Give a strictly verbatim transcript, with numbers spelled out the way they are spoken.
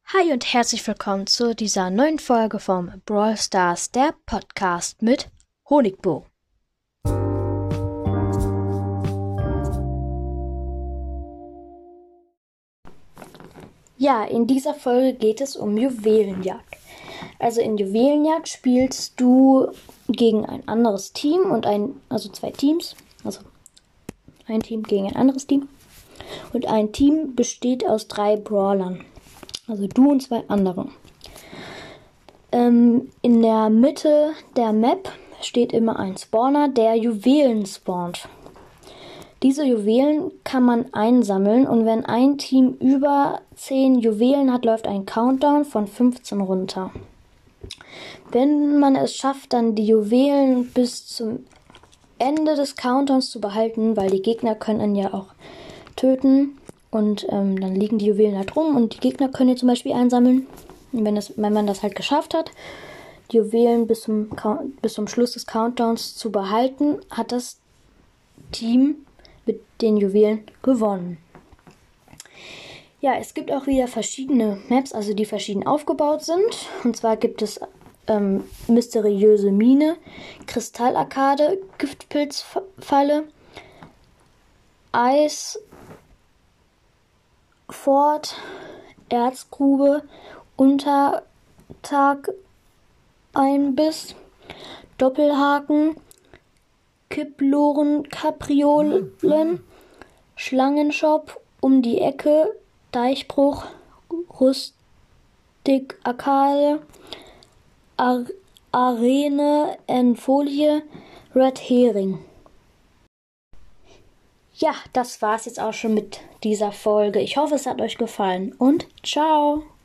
Hi und herzlich willkommen zu dieser neuen Folge vom Brawl Stars, der Podcast mit Honigbo. Ja, in dieser Folge geht es um Juwelenjagd. Also in Juwelenjagd spielst du gegen ein anderes Team und ein, also zwei Teams, also ein Team gegen ein anderes Team. Und ein Team besteht aus drei Brawlern. Also du und zwei andere. Ähm, in der Mitte der Map steht immer ein Spawner, der Juwelen spawnt. Diese Juwelen kann man einsammeln und wenn ein Team über zehn Juwelen hat, läuft ein Countdown von fünfzehn runter. Wenn man es schafft, dann die Juwelen bis zum Ende des Countdowns zu behalten, weil die Gegner können ja auch töten und ähm, dann liegen die Juwelen halt rum und die Gegner können die zum Beispiel einsammeln. Und wenn, das, wenn man das halt geschafft hat, die Juwelen bis zum, bis zum Schluss des Countdowns zu behalten, hat das Team mit den Juwelen gewonnen. Ja, es gibt auch wieder verschiedene Maps, also die verschieden aufgebaut sind. Und zwar gibt es ähm, mysteriöse Mine, Kristallarkade, Giftpilzfalle, Eis, Fort, Erzgrube, Untertag, Einbiss, Doppelhaken, Kipploren, Kapriolen, Schlangenshop, um die Ecke, Deichbruch, Rustik Arcade, Ar- Arene in Folie, Red Hering. Ja, das war's jetzt auch schon mit dieser Folge. Ich hoffe, es hat euch gefallen und ciao!